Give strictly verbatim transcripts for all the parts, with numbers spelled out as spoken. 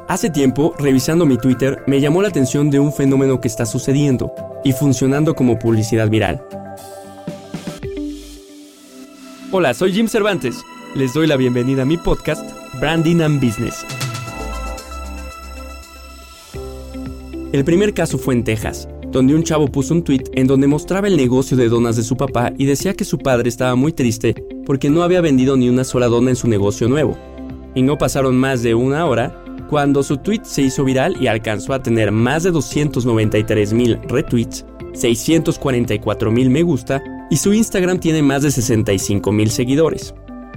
Hace tiempo, revisando mi Twitter, me llamó la atención de un fenómeno que está sucediendo y funcionando como publicidad viral. Hola, soy Jim Cervantes. Les doy la bienvenida a mi podcast, Branding and Business. El primer caso fue en Texas, donde un chavo puso un tweet en donde mostraba el negocio de donas de su papá y decía que su padre estaba muy triste porque no había vendido ni una sola dona en su negocio nuevo. Y no pasaron más de una hora cuando su tweet se hizo viral y alcanzó a tener más de doscientos noventa y tres mil retweets, seiscientos cuarenta y cuatro mil me gusta y su Instagram tiene más de sesenta y cinco mil seguidores.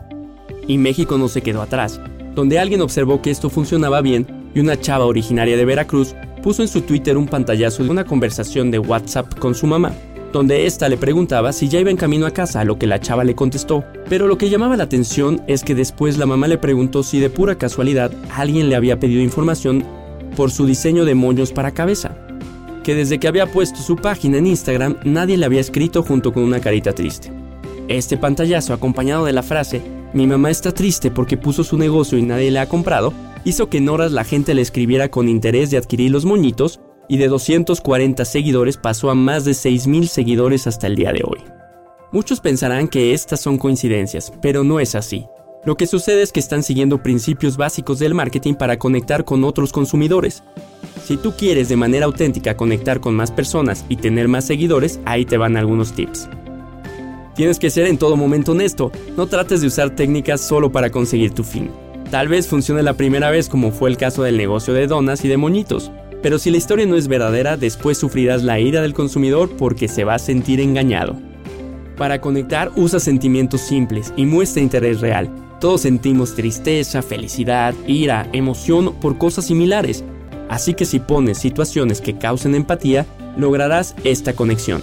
Y México no se quedó atrás, donde alguien observó que esto funcionaba bien y una chava originaria de Veracruz puso en su Twitter un pantallazo de una conversación de WhatsApp con su mamá, donde ésta le preguntaba si ya iba en camino a casa, a lo que la chava le contestó. Pero lo que llamaba la atención es que después la mamá le preguntó si de pura casualidad alguien le había pedido información por su diseño de moños para cabeza, que desde que había puesto su página en Instagram nadie le había escrito junto con una carita triste. Este pantallazo, acompañado de la frase "mi mamá está triste porque puso su negocio y nadie le ha comprado", hizo que en horas la gente le escribiera con interés de adquirir los moñitos, y de doscientos cuarenta seguidores pasó a más de seis mil seguidores hasta el día de hoy. Muchos pensarán que estas son coincidencias, pero no es así. Lo que sucede es que están siguiendo principios básicos del marketing para conectar con otros consumidores. Si tú quieres de manera auténtica conectar con más personas y tener más seguidores, ahí te van algunos tips. Tienes que ser en todo momento honesto, no trates de usar técnicas solo para conseguir tu fin. Tal vez funcione la primera vez, como fue el caso del negocio de donas y de moñitos, pero si la historia no es verdadera, después sufrirás la ira del consumidor porque se va a sentir engañado. Para conectar, usa sentimientos simples y muestra interés real. Todos sentimos tristeza, felicidad, ira, emoción por cosas similares, así que si pones situaciones que causen empatía, lograrás esta conexión.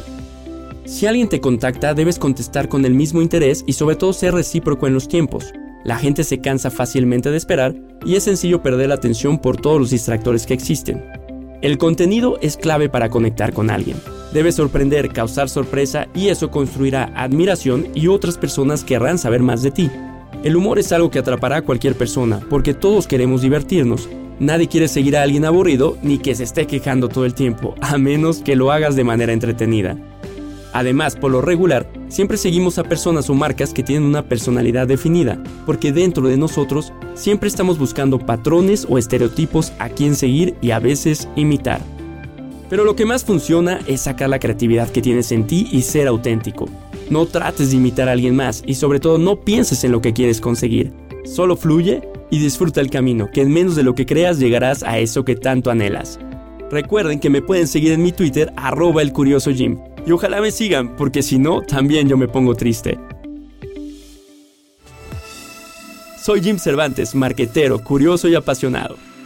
Si alguien te contacta, debes contestar con el mismo interés y sobre todo ser recíproco en los tiempos. La gente se cansa fácilmente de esperar y es sencillo perder la atención por todos los distractores que existen. El contenido es clave para conectar con alguien. Debes sorprender, causar sorpresa y eso construirá admiración y otras personas querrán saber más de ti. El humor es algo que atrapará a cualquier persona porque todos queremos divertirnos. Nadie quiere seguir a alguien aburrido ni que se esté quejando todo el tiempo, a menos que lo hagas de manera entretenida. Además, por lo regular, siempre seguimos a personas o marcas que tienen una personalidad definida, porque dentro de nosotros siempre estamos buscando patrones o estereotipos a quien seguir y a veces imitar. Pero lo que más funciona es sacar la creatividad que tienes en ti y ser auténtico. No trates de imitar a alguien más y sobre todo no pienses en lo que quieres conseguir. Solo fluye y disfruta el camino, que en menos de lo que creas llegarás a eso que tanto anhelas. Recuerden que me pueden seguir en mi Twitter, arroba el curioso Jim. Y ojalá me sigan, porque si no, también yo me pongo triste. Soy Jim Cervantes, marketero, curioso y apasionado.